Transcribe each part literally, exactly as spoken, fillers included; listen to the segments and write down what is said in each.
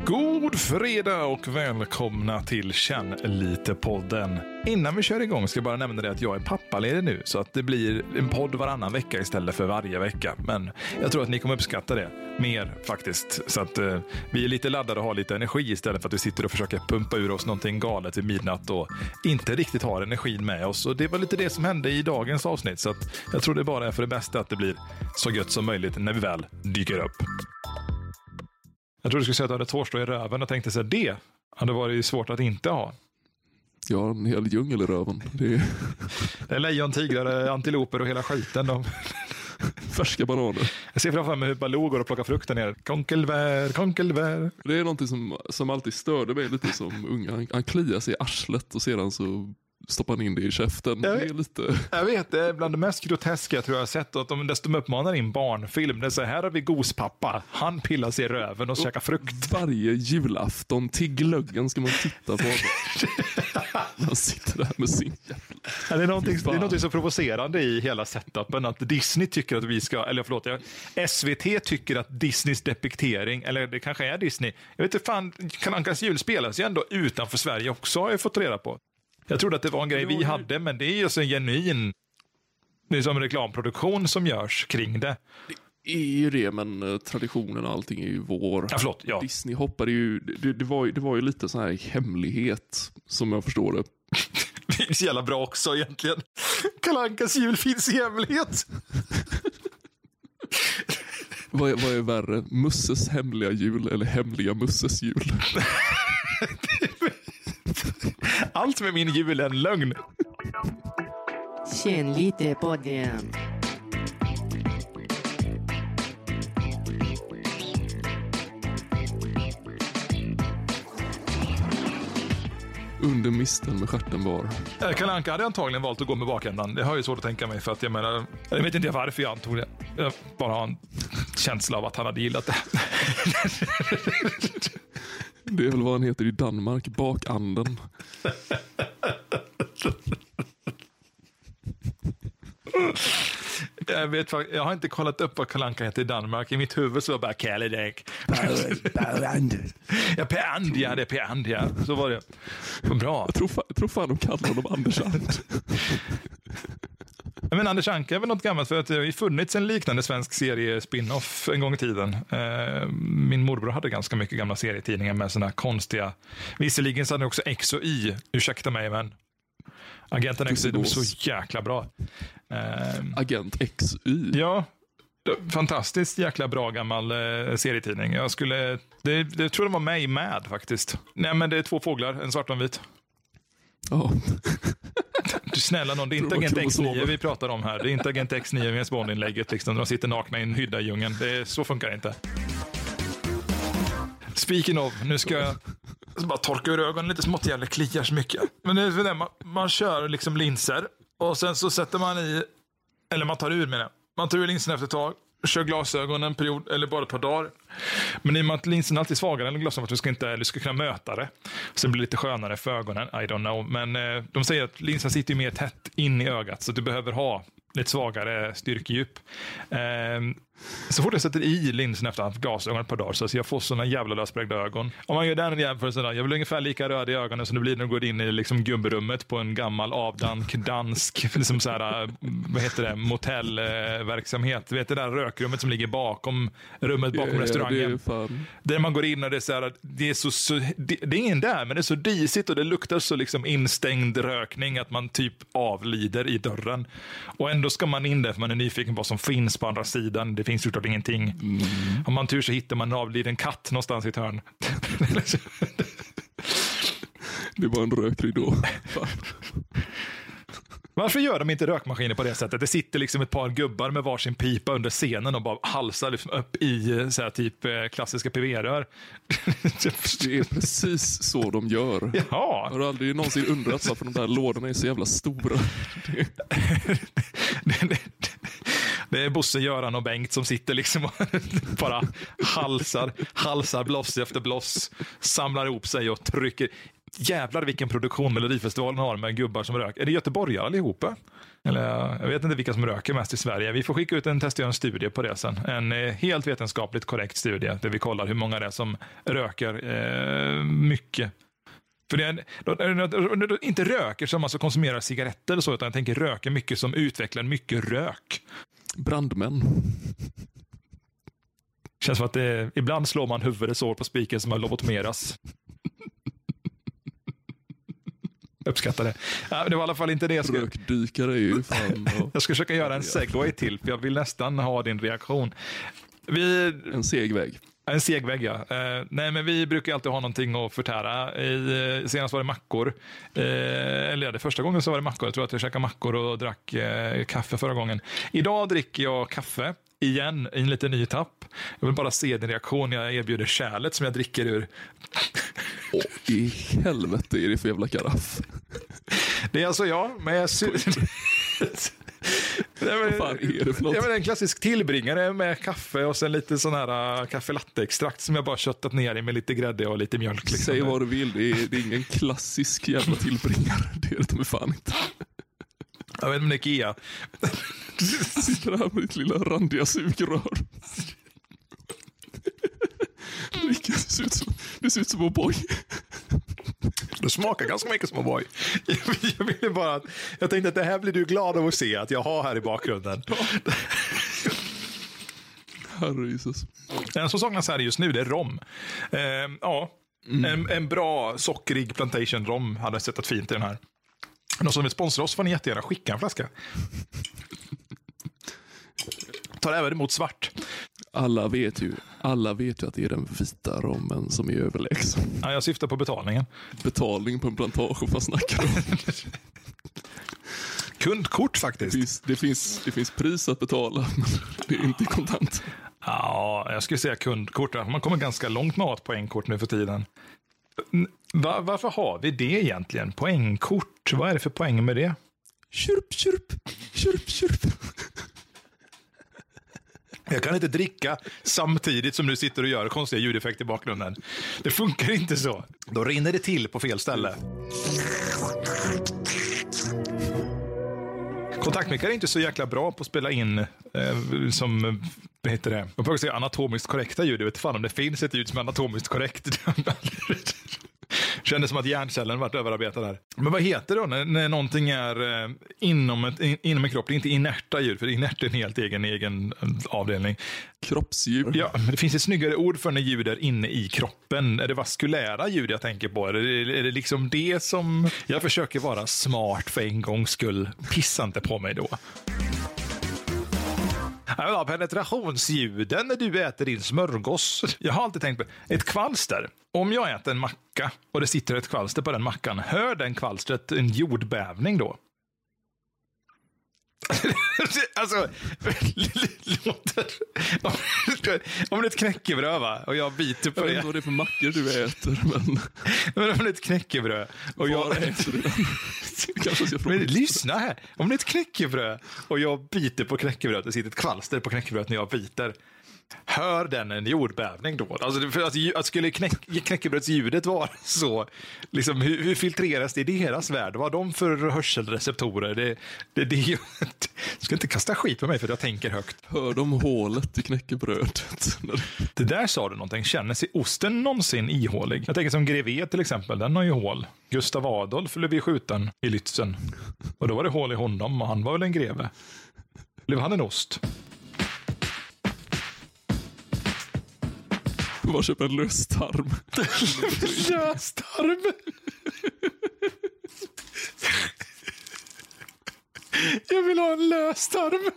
God fredag och välkomna till Känn lite-podden. Innan vi kör igång ska jag bara nämna det att jag är pappaledig nu, så att det blir en podd varannan vecka istället för varje vecka. Men jag tror att ni kommer uppskatta det mer faktiskt. Så att eh, vi är lite laddade och har lite energi istället för att vi sitter och försöker pumpa ur oss någonting galet vid midnatt och inte riktigt har energin med oss. Och det var lite det som hände i dagens avsnitt, så att jag tror det bara är för det bästa att det blir så gött som möjligt när vi väl dyker upp. Jag tror du skulle säga att du hade tårstå i röven och tänkte så här, det hade varit svårt att inte ha. Ja, en hel djungel i röven. Det är, det är lejon, tigrar, antiloper och hela skiten. De... Färska bananer. Jag ser framför mig hur Baloo går och plockar frukten ner. Konkelvär, konkelvär. Det är någonting som, som alltid störde mig lite som unga. Han, han kliar sig i arslet och sedan så stoppar han in det i käften. Jag vet, det är lite... jag vet, det är bland det mest groteska jag tror jag har sett. Att de, desto de uppmanar in barnfilm. Det är så här har vi gospappa. Han pillar sig i röven och, och käkar frukt. Varje julafton till glöggen ska man titta på det. Han sitter där med sin jävla... Ja, det är någonting, det är någonting så provocerande i hela setupen att Disney tycker att vi ska, eller förlåt, S V T tycker att Disneys depiktering, eller det kanske är Disney, jag vet inte fan, Kalle Ankas jul spelas ju ändå utanför Sverige också, har jag fått reda på. Jag trodde att det var en grej vi hade, men det är ju så en genuin, det är som en reklamproduktion som görs kring det. Det är ju det, men traditionen och allting är ju vår. Ja, förlåt, ja. Disney hoppade ju, det, det, var, det var ju lite så här hemlighet, som jag förstår det. Det är så jävla bra också egentligen. Kalle Ankas jul finns i hemlighet. vad, är, vad är värre? Musses hemliga jul eller hemliga Musses jul? Allt med min jul är en lögn. Känn lite på den. Under misten med stjärten var. Kalle Anka hade antagligen valt att gå med bakändan. Det har ju svårt att tänka mig, för att jag menar, jag vet inte varför jag antog det. Jag bara har en känsla av att han hade gillat det. Det är väl vad han heter i Danmark, bakanden. Jag vet, jag har inte kollat upp vad Kalle Anka heter i Danmark. I mitt huvud så var bara Kalle Däck. Ja, Per And, ja, det är Per And, ja. Så var det. Bra. Jag tror, fan, jag tror fan de kallar honom Anders And. Men Anders Anka är väl något gammalt, för att det har ju funnits en liknande svensk serie spin-off en gång i tiden. Min morbror hade ganska mycket gamla serietidningar med såna konstiga. Visserligen så hade också X och Y, ursäkta mig, men Agenten X och Y, de är så jäkla bra. Agent X och Y? Ja, fantastiskt jäkla bra gammal serietidning. Jag skulle, det, det tror jag var med i Mad faktiskt. Nej, men det är två fåglar, en svart och en vit. Ja. Oh. Du snälla någon, det är inte Agent X nio vi pratar om här. Det är inte Agent X nio med Bond-inlägget liksom. De sitter nakna i en hydda i djungeln. Det är, så funkar det inte. Speaking of, nu ska jag bara torka ur ögonen lite smått, jävla kliar så mycket. Men det är för det, man, man kör liksom linser och sen så sätter man i, eller man tar ur med det. Man tar ur linsen efter ett tag, kör glasögonen en period eller bara ett par dagar. Men i och med att linsen alltid är svagare än glasögon, för att du ska, inte, du ska kunna möta det. Sen blir det lite skönare för ögonen, I don't know. Men eh, de säger att linsen sitter ju mer tätt in i ögat, så du behöver ha lite svagare styrkedjup. Eh, så fort jag sätter i linsen efter att ha haft glasögon ett par dagar, så jag får sådana jävla lössprägda ögon. Om man gör den jämförelsen, jag vill ungefär lika röd i ögonen som det blir när du går in i liksom gubberummet på en gammal avdank dansk liksom så här, vad heter det, motellverksamhet. Vet det där rökrummet som ligger bakom rummet bakom ja, restaurangen. Ja, där man går in och det är så här, det är så, så det, det är ingen där, men det är så disigt och det luktar så liksom instängd rökning att man typ avlider i dörren. Och ändå ska man in där för man är nyfiken på vad som finns på andra sidan. Det finns såklart ingenting. Mm. Om man tur så hittar man en avliden katt någonstans i ett hörn. Det var en rökridå. Varför gör de inte rökmaskiner på det sättet? Det sitter liksom ett par gubbar med varsin pipa under scenen och bara halsar liksom upp i så här, typ klassiska P V-rör. Det är precis så de gör. Ja. Har du aldrig någonsin undrat varför de där lådorna är så jävla stora? Det, det, det, det är Bosse, Göran och Bengt som sitter liksom och bara halsar, halsar bloss efter bloss, samlar ihop sig och trycker. jävlar vilken produktion Melodifestivalen har med gubbar som röker. Är det göteborgare allihopa? Eller jag vet inte vilka som röker mest i Sverige. Vi får skicka ut en test och en studie på det sen. En eh, helt vetenskapligt korrekt studie där vi kollar hur många det är som röker eh, mycket. För det är, då, då, då, då, inte röker som alltså konsumerar cigaretter eller så, utan jag tänker röker mycket som utvecklar mycket rök. Brandmän. Känns som att det, ibland slår man huvudet så på spiken som har lobotomeras. Jag uppskattar det. Ja, det var i alla fall inte det jag skulle... Rökdykare är ju fan... Och... jag ska försöka göra en segway till, för jag vill nästan ha din reaktion. Vi... En segväg. En segvägg, ja. Eh, nej, men vi brukar alltid ha någonting att förtära. I, eh, senast var det mackor. Eh, eller ja, det första gången så var det mackor. Jag tror att jag käkade mackor och drack eh, kaffe förra gången. Idag dricker jag kaffe. Igen, i en liten ny tapp. Jag vill bara se din reaktion när jag erbjuder kärlet som jag dricker ur. Åh, i helvete är det för jävla karaff. Det är alltså jag, men jag... Sy- Nej, men, vad fan är det för något? Jag menar, en klassisk tillbringare med kaffe och sen lite sån här uh, kaffe-latte-extrakt som jag bara köttat ner i med lite grädde och lite mjölk. Liksom. Säg vad du vill, det är, det är ingen klassisk jävla tillbringare. Det är det med fan inte. Jag vet inte om det är Ikea. Sitter här med ditt lilla randiga sugrör. Det ser ut som, det ser ut som O'boy. Det smakar ganska mycket som O'boy. Jag ville bara att, jag tänkte att det här blir du glad av att se att jag har här i bakgrunden. Herre Jesus. Den som saknas här just nu, det är rom. Eh, ja, mm. en, en bra sockrig plantation rom hade sett fint i den här. Någon som vill sponsra oss får ni jättegärna skicka en flaska. Tar även emot svart. Alla vet ju, alla vet ju att det är den vita rommen som är överlägsen. Ja, jag syftar på betalningen. Betalning på en plantage, vad snackar du om? Kundkort faktiskt. Det finns, det, finns, det finns pris att betala, men det är inte kontant. Ja, jag skulle säga kundkort. Man kommer ganska långt med att poängkort nu för tiden. Va, varför har vi det egentligen? Poängkort, vad är det för poäng med det? Kjurp, kjurp, kjurp, kjurp. Jag kan inte dricka samtidigt som du sitter och gör konstiga ljudeffekter i bakgrunden. Det funkar inte så. Då rinner det till på fel ställe. Kontaktmickar är inte så jäkla bra på att spela in eh, som, vad heter det? Man får säga anatomiskt korrekta ljud. Jag vet fan om det finns ett ljud som är anatomiskt korrekt. Kändes som att hjärncellen varit överarbetad där. Men vad heter det då när, när någonting är eh, inom, ett, in, inom en kropp? Det är inte inerta ljud, för inert är en helt egen, egen avdelning. Kroppsljud. Ja, men det finns ett snyggare ord för när ljud är inne i kroppen. Är det vaskulära ljud jag tänker på? Är det, är det liksom det som... Jag försöker vara smart för en gångs skull. Pissa inte på mig då. Ja, penetrationsljuden när du äter din smörgås. Jag har alltid tänkt på ett kvalster. Om jag äter en macka och det sitter ett kvalster på den mackan, hör den kvalstret en jordbävning då? Alltså, låter... Om det är ett knäckebröd, va? Och jag biter på jag det. Jag vet inte vad det är för mackor du äter, men... Men om det är ett knäckebröd och jag... äter du den? Kanske ska Men lyssna här. Om det är ett knäckebröd och jag biter på knäckebrödet, det sitter ett kvalster på knäckebrödet när jag biter. Hör den en jordbävning då? Alltså, för att, att skulle knäck, knäckebrödsljudet vara så, liksom, hur, hur filtreras det i deras värld? Vad har de för hörselreceptorer? Det, det, det, jag ska inte kasta skit på mig för att jag tänker högt. Hör de hålet i knäckebrödet? Det där sa du någonting. Känner sig osten någonsin ihålig? Jag tänker som Grevé till exempel, den har ju hål. Gustav Adolf blev skjuten i Lützen. Och då var det hål i honom och han var väl en greve. Blev han en ost? Var köper en löstarm? Löstarm? Jag vill ha en löstarm.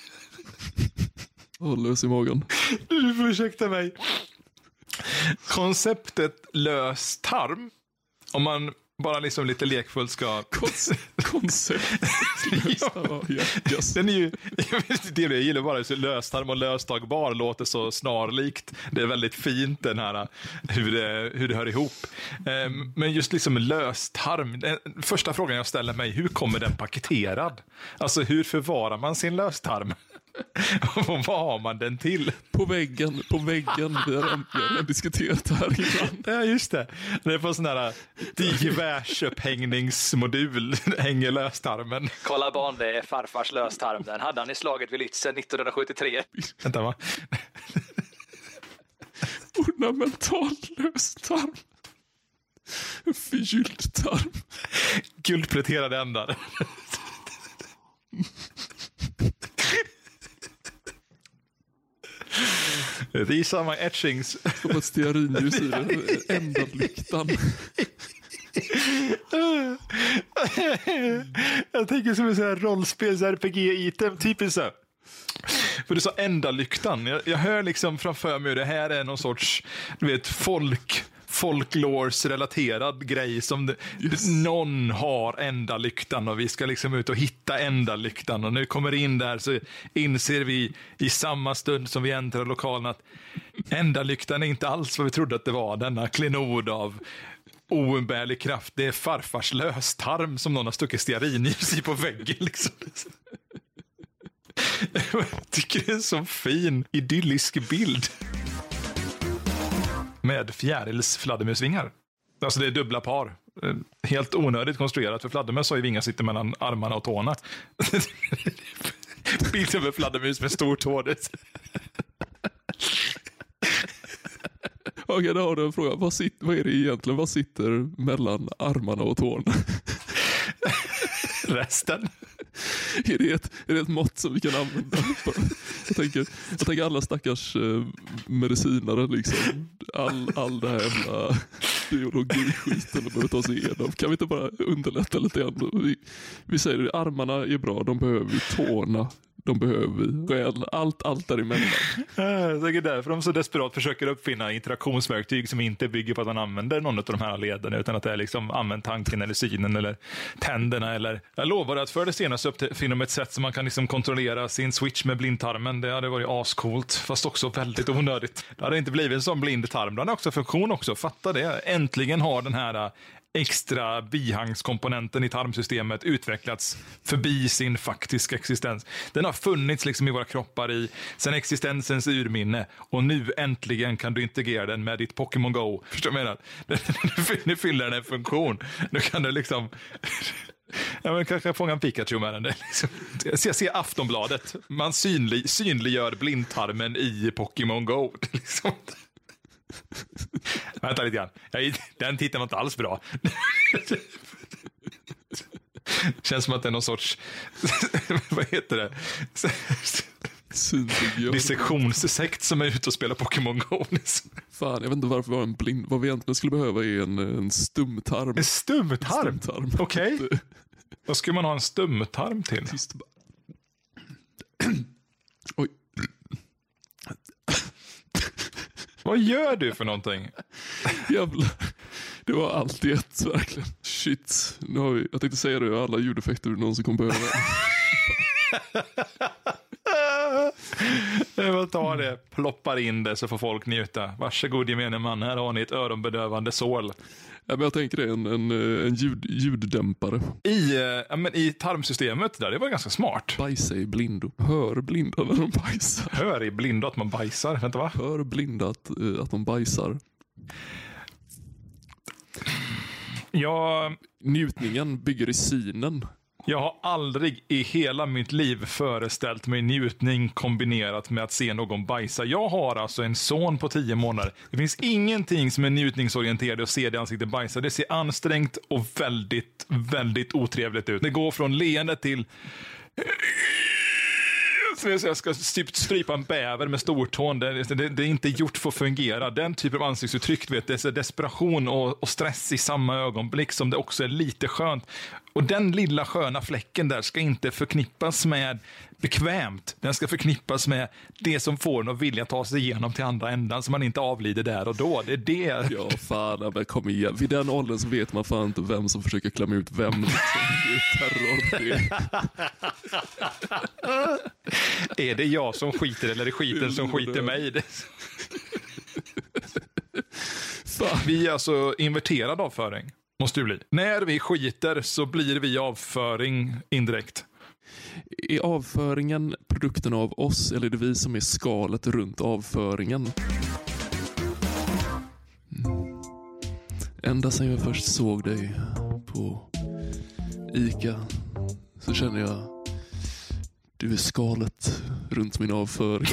Åh, lös i magen. Du får ursäkta mig. Konceptet löstarm, om man bara liksom lite lekfullt ska... Koncept. Ja. Yes. Den är ju, jag vet inte det, jag gillar bara så löstarm och löstagbar låter så snarlikt. Det är väldigt fint den här hur det, hur det hör ihop. Men just liksom löstarm, den första frågan jag ställer mig, hur kommer den paketerad? Alltså hur förvarar man sin löstarm? Och vad har man den till? På väggen, på väggen. Vi har redan, vi har redan diskuterat det här innan. Ja, just det. Det är på sån här digivärsupphängningsmodul. Hänger löstarmen. Kolla barn, det är farfars löstarm. Den hade han i slaget vid Lützen nittonhundrasjuttiotre. Vänta, va? Ornamental löstarm. En förgylld tarm. Guldpläterade ändar. These are my etchings. Som ett stearinljus i det. Enda lyktan. Jag tänker som en sån här rollspels-R P G-item. Typiskt så. För du sa enda lyktan. Jag, jag hör liksom framför mig hur det här är någon sorts, du vet, folk... folklores-relaterad grej som det, yes. Någon har enda lyktan och vi ska liksom ut och hitta enda lyktan och när vi kommer in där så inser vi i samma stund som vi äntrar lokalen att enda lyktan är inte alls vad vi trodde att det var, denna klenod av oumbärlig kraft. Det är farfars löstarm som någon har stuckit stearinljus i på väggen liksom. Jag tycker det är en så fin idyllisk bild. Med fjärilsfladdermusvingar. Alltså det är dubbla par. Helt onödigt konstruerat, för fladdermöss har ju vingar sitter mellan armarna och tårna. Bild över fladdermus med stor tå. Okej, då har du en fråga. Vad, sitter, vad är det egentligen? Vad sitter mellan armarna och tårna? Resten. Är det, ett, är det ett mått som vi kan använda? Jag tänker, jag tänker alla stackars eh, medicinare liksom. All, all det här jävla biologiskiten de behöver ta sig igenom. Kan vi inte bara underlätta lite grann? Vi, vi säger att armarna är bra, de behöver vi. Tårna, de behöver vi. Själ, allt, allt däremellan. Jag tänker därför de så desperat försöker uppfinna interaktionsverktyg som inte bygger på att man använder någon av de här leden, utan att det är liksom använd tanken eller synen eller tänderna. Eller, jag lovar att för det senaste uppfinner de ett sätt som man kan liksom kontrollera sin switch med blindtarmen. Det hade varit ascoolt, fast också väldigt onödigt. Det hade inte blivit en sån blind tarm. Den har också funktion också, fatta det. Äntligen har den här extra bihangskomponenten i tarmsystemet utvecklats förbi sin faktiska existens. Den har funnits liksom i våra kroppar i sen existensens urminne, och nu äntligen kan du integrera den med ditt Pokémon Go. Förstår du vad jag menar? Nu fyller den en funktion. Nu kan du liksom... Ja, men kanske fånga en Pikachu med den. Liksom. Jag ser Aftonbladet. Man synlig, synliggör blindtarmen i Pokémon Go. Liksom. Vänta lite grann. Jag, den titeln var inte alls bra. Känns som att det är någon sorts... Vad heter det? Dissektionssekt som är ute och spelar Pokémon Go. Fan, jag vet inte varför vi har en blind... Vad vi egentligen skulle behöva är en, en stumtarm. En stumtarm? stumtarm. Okej. Okay. Vad skulle man ha en stumtarm till? Tyst. Oj. Vad gör du för någonting? Jävlar. Det var allt i ett, verkligen. Shit. Nu har vi, jag tänkte säga det, alla ljudeffekter någon som kommer behöva. Jag tar det, ploppar in det så får folk njuta. Varsågod gemene man, här har ni ett öronbedövande sål. Ja, men jag tänker det är en, en, en ljud, ljuddämpare. I, ja, men i tarmsystemet där, det var ganska smart. Bajsa i blindo. Hör blinda när de bajsar. Hör i blindo att man bajsar, vänta va? Hör blinda att, att de bajsar. Ja, njutningen bygger i synen. Jag har aldrig i hela mitt liv föreställt mig njutning kombinerat med att se någon bajsa. Jag har alltså en son på tio månader. Det finns ingenting som är njutningsorienterad att se det ansiktet bajsa. Det ser ansträngt och väldigt, väldigt otrevligt ut. Det går från leende till... Jag ska typ strypa en bäver med stortån. Det, det, det är inte gjort för att fungera. Den typen av ansiktsuttryck, vet, det är desperation och, och stress i samma ögonblick som det också är lite skönt. Och den lilla sköna fläcken där ska inte förknippas med bekvämt. Den ska förknippas med det som får en att vilja ta sig igenom till andra ändan så man inte avlider där och då. Det är det. Ja, fan, men kom igen. Vid den åldern så vet man fan inte vem som försöker klämma ut vem. Liksom. Det är terror. Det. Är det jag som skiter eller är det skiten som skiter mig? Det. Vi är alltså inverterad avföring. Måste det bli. När vi skiter så blir vi avföring indirekt. Är avföringen produkten av oss eller är det vi som är skalet runt avföringen? Mm. Ända sedan jag först såg dig på Ica så känner jag du är skalet runt min avföring.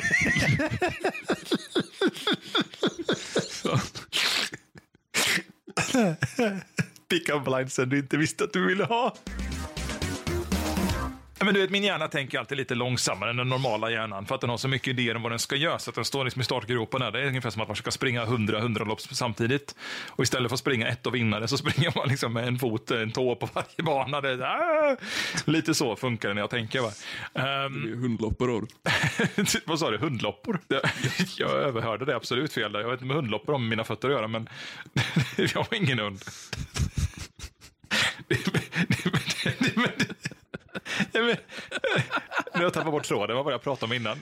Pick-up linesen du inte visste att du ville ha. Men du vet, min hjärna tänker alltid lite långsammare än den normala hjärnan för att den har så mycket idéer om vad den ska göra så att den står liksom i startgropen där. Det är ungefär som att man ska springa hundra hundralopp samtidigt och istället för att springa ett och vinna det så springer man liksom med en fot, en tå på varje bana. Det är, ah! Lite så funkar det när jag tänker. Va? Um, det är hundloppor då. Vad sa du? Hundloppor? Jag överhörde det absolut fel där. Jag vet inte med hundloppor om mina fötter att göra men jag har ingen hund. det, det, det, det, det, Ja, men, nu har jag tappat bort tråden, vad var det jag pratade om innan?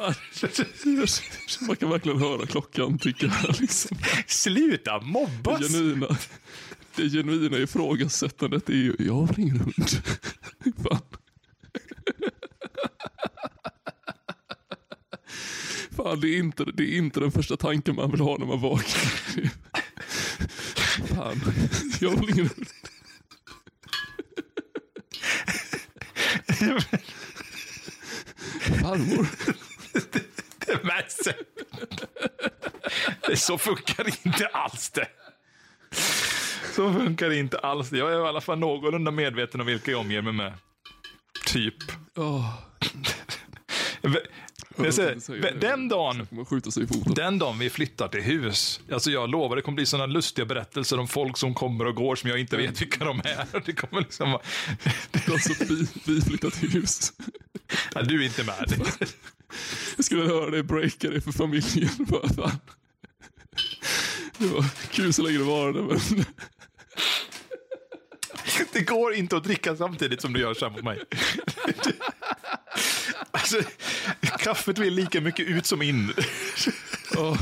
Man kan verkligen höra klockan tycker jag. Liksom. Sluta mobbas! Det genuina, det genuina ifrågasättandet är ju, jag har ingen hund. Fan. Fan, det är, inte, det är inte den första tanken man vill ha när man vaknar. Fan, jag har ingen hund. Farmor. det, det märks. Det så funkar inte alls det. Så funkar det inte alls. Jag är i alla fall någorlunda medveten om vilka jag omger mig med. Typ. Oh. Jag säger, den dagen den dagen vi flyttar till hus, alltså jag lovar det kommer bli sådana lustiga berättelser om folk som kommer och går som jag inte vet vilka de är. Det kommer liksom vara... Alltså, vi, vi flyttar till hus. Ja, du är inte med. Jag skulle höra det breaka det för familjen. Bara, fan. Det var kul så länge det var det, men... Det går inte att dricka samtidigt som du gör så här mot mig. Alltså, kaffet vill lika mycket ut som in. Oh.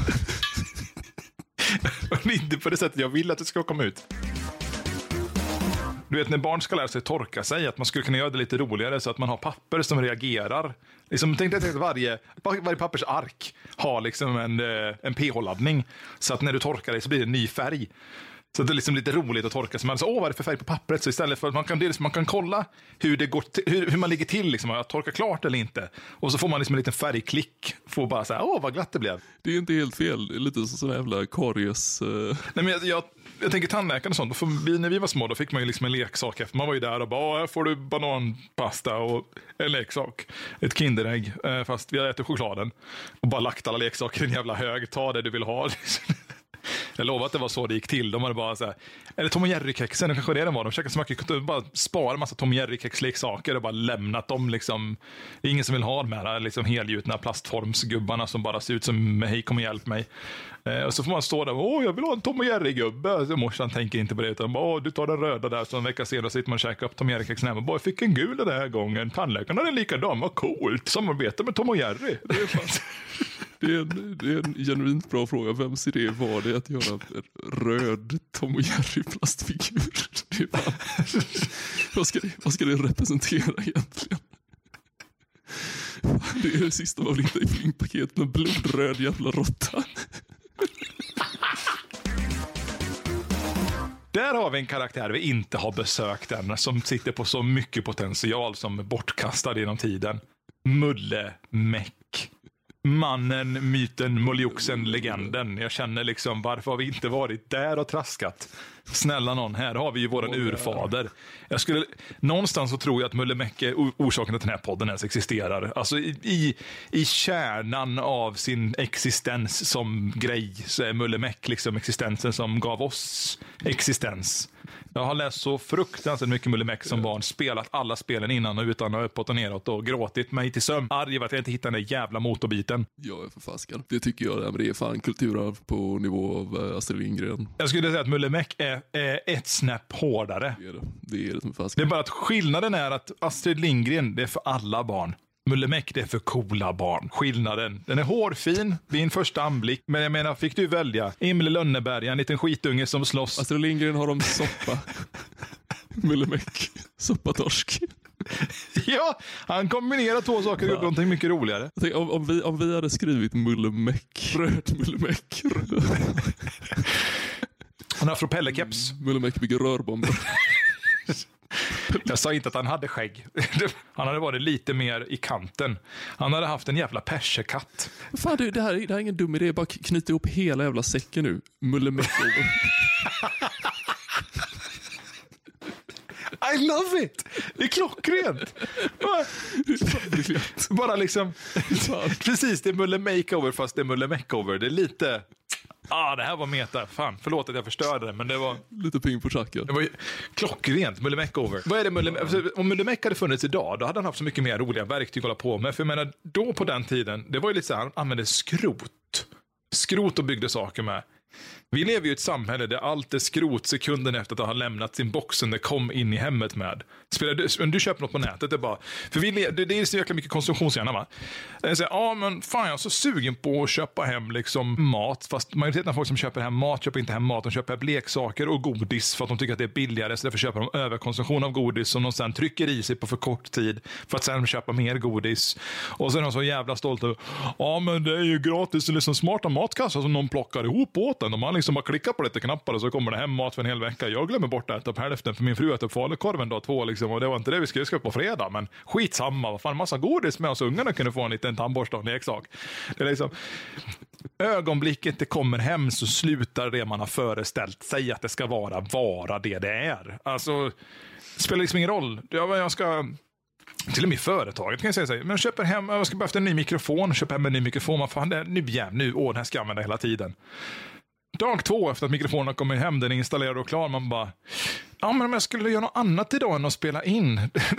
Inte på det sättet jag vill att det ska komma ut. Du vet, när barn ska lära sig torka sig, att man skulle kunna göra det lite roligare så att man har papper som reagerar. Liksom, tänk dig att varje, varje pappersark har liksom en, en pH-laddning. Så att när du torkar dig så blir det en ny färg. Så det är liksom lite roligt att torka sig. Man säger, åh, vad är det för färg på pappret? Så istället för att man kan, dels, man kan kolla hur, det går t- hur, hur man ligger till, liksom, att torka klart eller inte. Och så får man liksom en liten färgklick. Får bara säga, åh, vad glatt det blev. Det är inte helt fel. Det är lite så sådana jävla karies... Uh... Nej, men jag, jag, jag tänker tandläkaren och sånt. För vi, när vi var små, då fick man ju liksom en leksak efter. Man var ju där och bara, här får du bananpasta och en leksak. Ett kinderägg, fast vi hade ätit chokladen. Och bara lagt alla leksaker i en jävla hög. Ta det du vill ha, liksom. Jag lovar att det var så det gick till. De hade bara så här, eller Tom och Jerry-kexen, det kanske det var. De försökte så mycket, de bara spara en massa Tom och Jerry-kexleksaker och bara lämnat dem liksom. Det är ingen som vill ha de här liksom helgjutna plastformsgubbarna som bara ser ut som hej, kom och hjälp mig. Eh, och så får man stå där, åh, jag vill ha en Tom och Jerry-gubbe. Så morsan tänker inte på det, utan åh, du tar den röda där. Så en vecka senare sitter man och käkar upp Tom och Jerry-kexen här. Bara, jag fick en gul den här gången. Tandläkarna är likadan, vad coolt. Samarbete med Tom och Jerry. Det är fan... Det är, en, det är en genuint bra fråga. Vems idé var det att göra en röd Tom och Jerry plastfigur? Det är fan, vad, ska det, vad ska det representera egentligen? Det är det sista man vill hitta i flingpaket med blodröd jävla råtta. Där har vi en karaktär vi inte har besökt än, som sitter på så mycket potential som är bortkastad genom tiden. Mulle Meck. Mannen, myten, muljoxen, legenden. Jag känner liksom, varför har vi inte varit där och traskat? Snälla någon, här har vi ju våran urfader. Jag skulle, någonstans så tror jag att Mulle Meck är orsaken till att den här podden ens existerar. Alltså i, i, i kärnan av sin existens som grej så är Mulle Meck liksom existensen som gav oss existens. Jag har läst så fruktansvärt mycket Mulle Meck som barn, spelat alla spelen innan och utan och uppåt och neråt och gråtit mig till sömn. Arg att jag inte hittade den där jävla motorbiten. Jag är förfaskad. Det tycker jag, det är fan kulturarv på nivå av Astrid Lindgren. Jag skulle säga att Mulle Meck är, är ett snäpp hårdare. Det är det. Det är det som är det är bara att skillnaden är att Astrid Lindgren, det är för alla barn. Mulle Meck, det är för coola barn. Skillnaden, den är hårfin vid en första anblick. Men jag menar, fick du välja Emil Lönneberg, en liten skitunge som slåss. Astrid Lindgren har de soppa. Mulle Meck, soppatorsk. Ja, han kombinerar två saker och gjorde någonting mycket roligare. Jag tänker, om, om, vi, om vi hade skrivit Mullemäck, röd Mullemäck, Han har afropellekeps. Mullemäck bygger rörbomber. Jag sa inte att han hade skägg. Han hade varit lite mer i kanten. Han hade haft en jävla perserkatt. Fan, det, det, här, det här är ingen dum idé. Bara knyta ihop hela jävla säcken nu. Mullemäck. I love it! Det är klockrent. Bara, bara liksom... Precis, det är Mulle Makeover fast det är Mulle Makeover. Det är lite... Ah, det här var meta. Fan, förlåt att jag förstörde det, men det var... Lite ping på chacken. Det var ju klockrent, Mulle Makeover. Vad är det Mulle... Om Mulle Mac hade funnits idag, då hade han haft så mycket mer roliga verktyg att hålla på med. För jag menar, då på den tiden, det var ju lite så här, han använde skrot. Skrot och byggde saker med. Vi lever ju i ett samhälle där allt är skrot sekunden efter att ha lämnat sin box som det kom in i hemmet med. Spelar du, om du köper något på nätet, det är bara... För vi le, det, det är så jäkla mycket konsumtionshjärna, va? Jag säger, ja men fan, jag är så sugen på att köpa hem liksom mat. Fast majoriteten av folk som köper hem mat köper inte hem mat. De köper hem leksaker och godis för att de tycker att det är billigare. Så därför köper de överkonsumtion av godis som de sen trycker i sig på för kort tid. För att sen köpa mer godis. Och så är de så jävla stolta. Ja men det är ju gratis, liksom smarta matkassar som någon plockar ihop åt den. De har liksom bara klickat på lite knappar och så kommer det hem mat för en hel vecka. Jag glömmer bort att äta upp hälften för min fru äter upp falukorven dag två liksom. Och det var inte det vi skulle ska upp på fredag. Men skitsamma, vad fan, massa godis med oss. Ungarna kunde få en liten tandborste och en leksak. Det är liksom... Ögonblicket det kommer hem så slutar det man har föreställt sig att det ska vara, vara det det är. Alltså, det spelar liksom ingen roll. Jag, jag ska... Till och med företaget kan jag säga så här, men jag köper hem, jag ska behöva en ny mikrofon, köper hem en ny mikrofon, man fan det är nu jävlar, nu, åh den här ska jag använda hela tiden. Dag två efter att mikrofonen kommer hem, den är installerad och klar, man bara, ja men om jag skulle göra något annat idag än att spela in.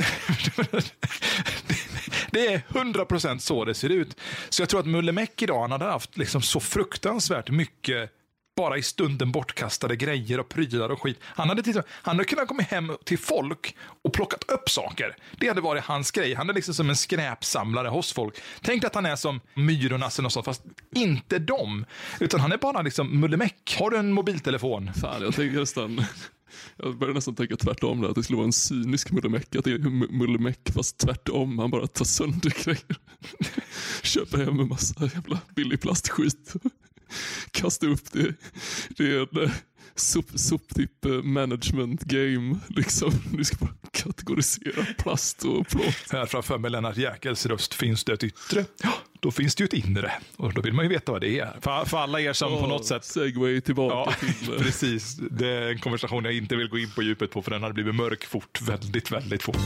Det är hundra procent så det ser ut. Så jag tror att Mulle Meck idag, han hade haft liksom så fruktansvärt mycket bara i stunden bortkastade grejer och prylar och skit. Han hade, tittat, han hade kunnat komma hem till folk och plockat upp saker. Det hade varit hans grej. Han är liksom som en skräpsamlare hos folk. Tänk att han är som Myrornas och sånt, fast inte dem. Utan han är bara liksom Mulle Meck. Har du en mobiltelefon? Fan, jag tänker nästan... Jag börjar nästan tänka tvärtom där, att det skulle vara en cynisk Mullemäck, att det är Mullemäck fast tvärtom, han bara tar sönder grejer. Köper hem en massa jävla billig plastskit. Kastar upp det. Det är en sop, soptipp management game liksom. Du ska bara kategorisera plast och plåt. Här framför med Lennart Jäkels röst, finns det ett yttre? Ja, då finns det ju ett inre. Och då vill man ju veta vad det är. För, för alla er som oh, på något sätt... Segway tillbaka ja, till... precis. Det är en konversation jag inte vill gå in på djupet på, för den hade blivit mörk fort. Väldigt, väldigt fort.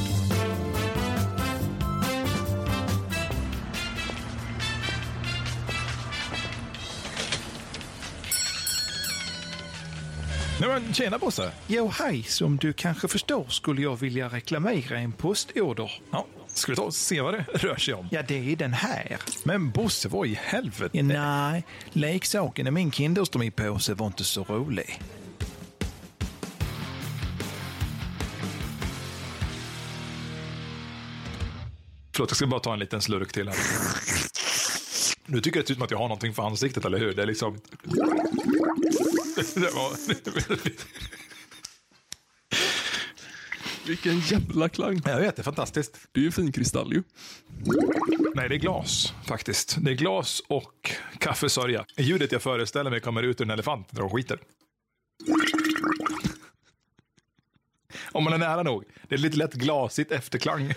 Nej men tjena Bosse. Jo hej, som du kanske förstår skulle jag vilja reklamera en postorder. Ja, ska vi ta och se vad det rör sig om? Ja, det är den här. Men Bosse, vad i helvete? Ja, nej, leksaken i min Kinderström-påse var inte så rolig. Förlåt, jag ska bara ta en liten slurk till här. Nu tycker jag det ser ut som att jag har någonting för ansiktet, eller hur? Det är liksom... Det var... Vilken jävla klang. Jag vet, det är fantastiskt. Det är ju fin kristall ju. Nej, det är glas faktiskt. Det är glas och kaffesörja. Ljudet jag föreställer mig kommer ut ur en elefant när de skiter. Om man är nära nog. Det är lite lätt glasigt efterklang.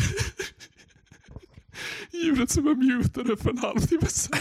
Ljudet som jag mutade för en halvtimme sedan.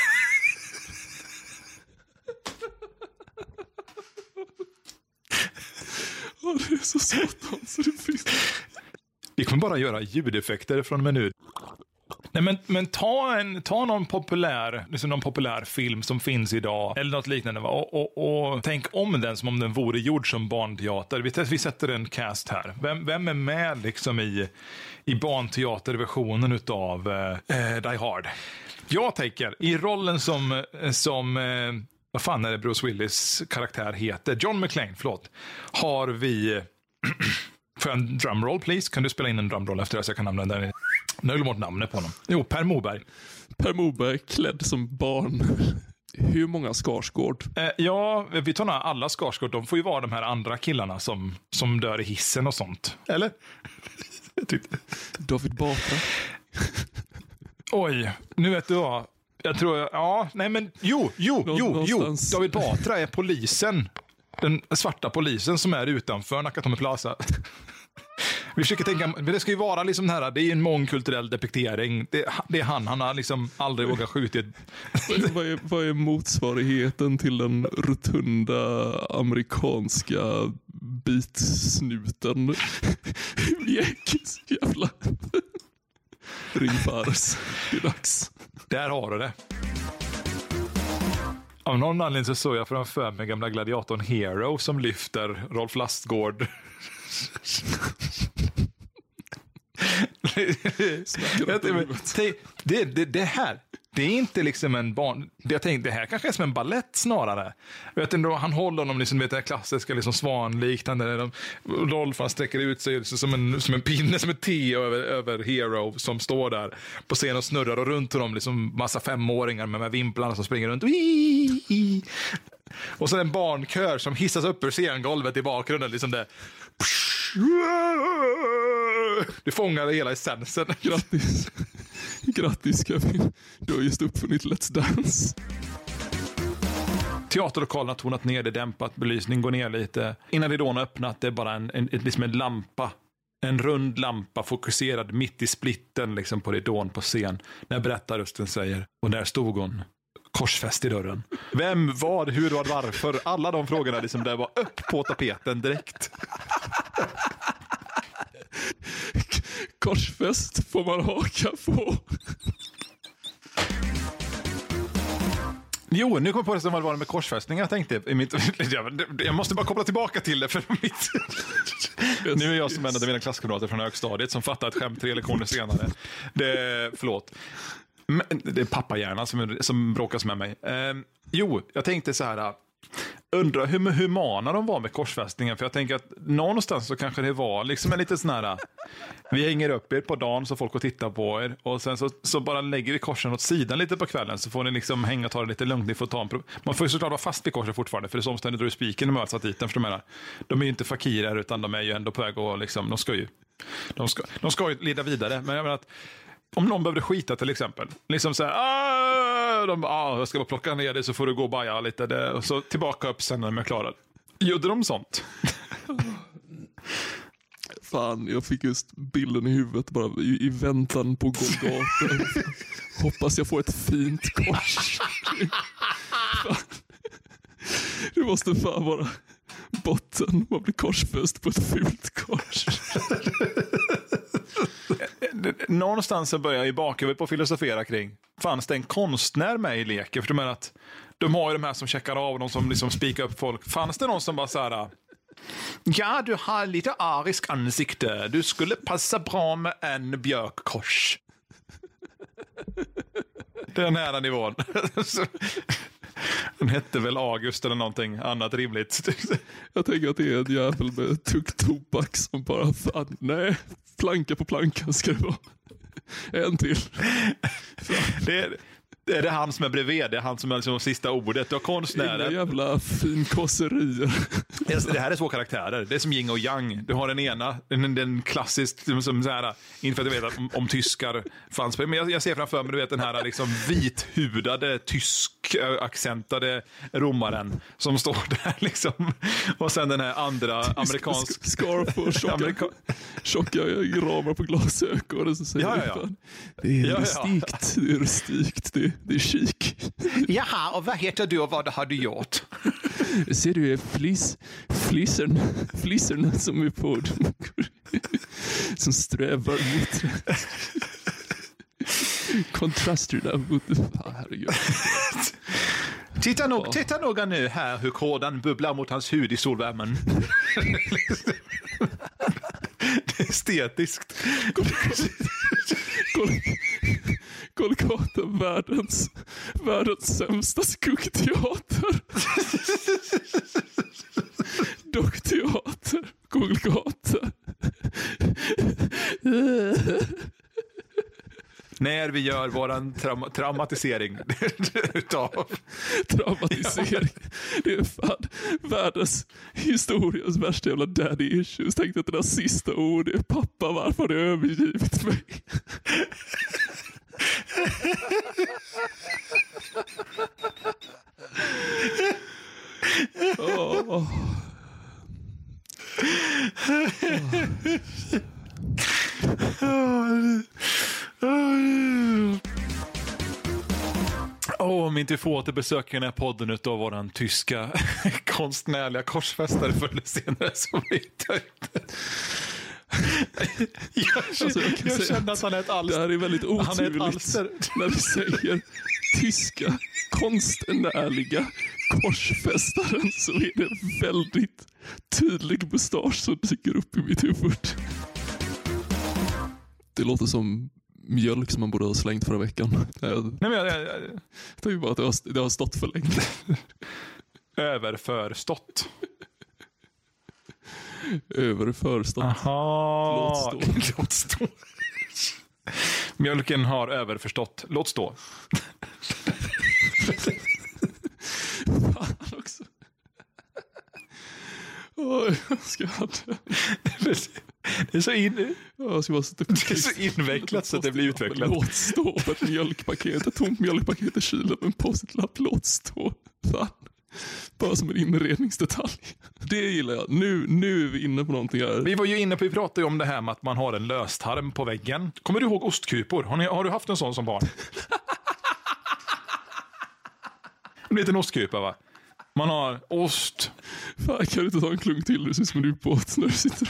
Oh, det är så satan så det finns. Vi kommer bara göra ljudeffekter från menu. Nej, men, men ta, en, ta någon populär liksom någon populär film som finns idag eller något liknande, va? Och, och, och tänk om den som om den vore gjord som barnteater. Vi, vi sätter en cast här. Vem, vem är med liksom i, i barnteaterversionen utav eh, Die Hard? Jag tänker i rollen som, som eh, vad fan är det Bruce Willis karaktär heter? John McClane, förlåt. Har vi... För en drumroll, please. Kan du spela in en drumroll efter det så jag kan använda den? Nu har jag glömt namnet på honom. Jo, Per Morberg. Per Morberg klädd som barn. Hur många Skarsgård? Eh, ja, vi tar några alla Skarsgård. De får ju vara de här andra killarna som, som dör i hissen och sånt. Eller? David Batra. Oj, nu vet du vad. Jag tror, ja, nej men, jo, jo, Nå- jo, någonstans. jo. David Batra är polisen. Den svarta polisen som är utanför Nakatomi Plaza. Vi försöker tänka, men det ska ju vara liksom här, det är en mångkulturell depiktering. Det, det är han, han har liksom aldrig vågat skjuta ett... Vad är, vad är motsvarigheten till den rotunda amerikanska bitsnuten? Jäkis jävla ringfares. Det är dags. Där har du det. Av någon anledning så såg jag framför mig gamla gladiatorn Hero som lyfter Rolf Lastgård. det, det, det här, det är inte liksom en barn... Jag tänkte, det här kanske är som en ballett snarare. Jag vet inte, han håller honom liksom, vet, det klassiska liksom svanliknande. De, Rolf han sträcker ut sig liksom, som, en, som en pinne, som ett T över, över Hero som står där på scen och snurrar och runt honom liksom massa femåringar med, med vimplarna som springer runt. Och så en barnkör som hissas upp ur scengolvet i bakgrunden. Liksom det. Du fångar hela essensen. Grattis. Grattis Kevin. Du har just uppfunnit Let's Dance. Teaterlokalen har tonat ner det, dämpat, belysning går ner lite. Innan ridån har öppnat, det är bara en, en, liksom en lampa. En rund lampa fokuserad mitt i splitten liksom på ridån på scen. När berättarrösten säger, och där stod hon. Korsfäst i dörren. Vem, vad, hur, vad, varför? Alla de frågorna liksom där var upp på tapeten direkt. Korsfäst får man haka på. Jo, nu kom jag på det som var med korsfästning. Jag tänkte, i mitt, jag måste bara koppla tillbaka till det för mitt... Nu är jag som en av mina klasskamrater från högstadiet som fattar ett skämt tre lektioner senare. Det, förlåt. Men, det är pappahjärnan som, som bråkas med mig. Eh, jo, jag tänkte så här... Undrar hur humana de var med korsfästningen. För jag tänker att någonstans så kanske det var liksom en liten sån här... Vi hänger upp er på dagen så folk får titta på er. Och sen så, så bara lägger vi korsen åt sidan lite på kvällen. Så får ni liksom hänga och ta det lite lugnt. Ni får ta en prov. Man får ju såklart vara fast vid korset fortfarande. För det är så omständigt drar spiken när man har satt dit den. För de, är, de är ju inte fakirer utan de är ju ändå på väg och liksom... De ska ju, de ska, de ska ju leda vidare. Men jag menar att... Om någon behöver skita till exempel. Liksom så här, ah, de, ah, jag ska bara plocka ner det så får du gå och baja lite. Det, och så tillbaka upp sen när de är klara. Gjorde de sånt? Fan, jag fick just bilden i huvudet bara i, i väntan på Golgata. Hoppas jag får ett fint kors. Fan. Det måste fan vara botten. Man blir korsfäst på ett fult kors. Någonstans så börjar jag i bakhuvudet på att filosofera kring. Fanns det en konstnär med i leken? För de menar att de har ju de här som checkar av, de som liksom spikar upp folk. Fanns det någon som bara så här: ja, du har lite arisk ansikte. Du skulle passa bra med en björkkors. Den här nivån. Den hette väl August eller någonting annat rimligt. Jag tänker att det är en jävel med tugg-tobak som bara, fan, nej, planka på plankan ska det vara. En till. Det är, det är det han som är bredvid, det är han som är liksom sista ordet. Du har konstnären. Inga jävla finkosserier. Det här är två karaktärer. Det är som yin och yang. Du har den ena, den, den klassiskt som så här, inte för att jag vet om, om tyskar fanns. Men jag, jag ser framför mig, du vet, den här liksom vithudade, tysk-accentade romaren som står där liksom. Och sen den här andra amerikansk... Scarf och tjocka, Amerika... tjocka ramar på glasögon. Och så säger ja, ja, ja. Det är ja, ja. rustikt, det är rustikt, det, det är chic. Jaha, och vad heter du och vad har du gjort? Ser du flis, flisern, fliserna som är på dem, som strävar mot kontrasterna mot... Ah, herregud. Titta, nog, titta noga nu här hur kodan bubblar mot hans hud i solvärmen. Det är estetiskt. Golgata, världens, världens sämsta skuggteater. Dockteater, Golgata. Nej, här vi gör våran traum- traumatisering utav... Traumatisering. Det är fan världens historiens värsta jävla daddy issues. Tänkte att det där sista ordet, pappa, varför har du övergivit mig? Oh. Åh, om inte vi får återbesöka den här podden utav våran tyska konstnärliga korsfästare förr eller senare så vet jag inte. Jag, Alltså, jag kan jag säga känner att han är ett Det alster. här är väldigt Han är ett oturligt alster. när vi säger tyska konstnärliga korsfästaren, så är det väldigt tydlig mustasch som dyker upp i mitt huvud. Det låter som mjölk som man borde ha slängt förra veckan. Jag Nej, men jag, jag, jag, tänker bara att det har, det har stått för länge. överförstått. Överförstått. Aha. Låt stå. Låt stå. Mjölken har överförstått. Låt stå. Fan också. Åh, jag ska ha det. Det är så, in, Jag ska bara sitta det är så invecklat så att det blir utvecklat. Låt stå på ett mjölkpaket. Ett tomt mjölkpaket i kylen med en post-it-lapp. Låt stå. Fan. Bara som en inredningsdetalj. Det gillar jag. Nu, nu är vi inne på någonting här. Vi var ju inne på, vi pratade ju om det här med att man har en löstarm på väggen. Kommer du ihåg ostkupor? Har, ni, har du haft en sån som barn? En liten ostkupa, va? Man har ost. Fan, kan du inte ta en klunk till? Du ser ut som en ubåt när du sitter.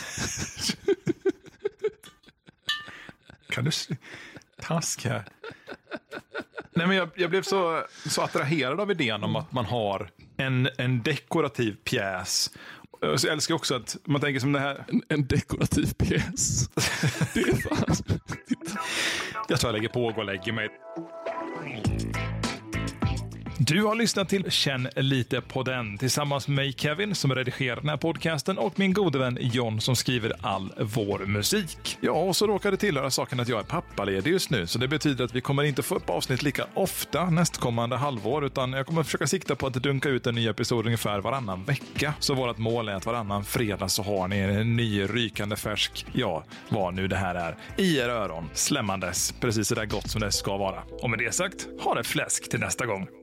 Kan du se? Task här. Nej, men jag, jag blev så, så attraherad av idén om att man har en, en dekorativ pjäs. Så jag älskar också att man tänker som det här. En, en dekorativ pjäs. Det är fan. Jag tror jag lägger på och går och lägger mig. Du har lyssnat till Känn lite på den tillsammans med mig Kevin som redigerar den här podcasten och min gode vän John som skriver all vår musik. Ja, och så råkar det tillhöra saken att jag är pappaledig just nu, så det betyder att vi kommer inte få upp avsnitt lika ofta nästkommande halvår, utan jag kommer försöka sikta på att dunka ut en ny episod ungefär varannan vecka. Så vårt mål är att varannan fredag så har ni en ny rykande färsk, ja, vad nu det här är, i er öron, slämmandes, precis så där gott som det ska vara. Och med det sagt, ha det fläsk till nästa gång.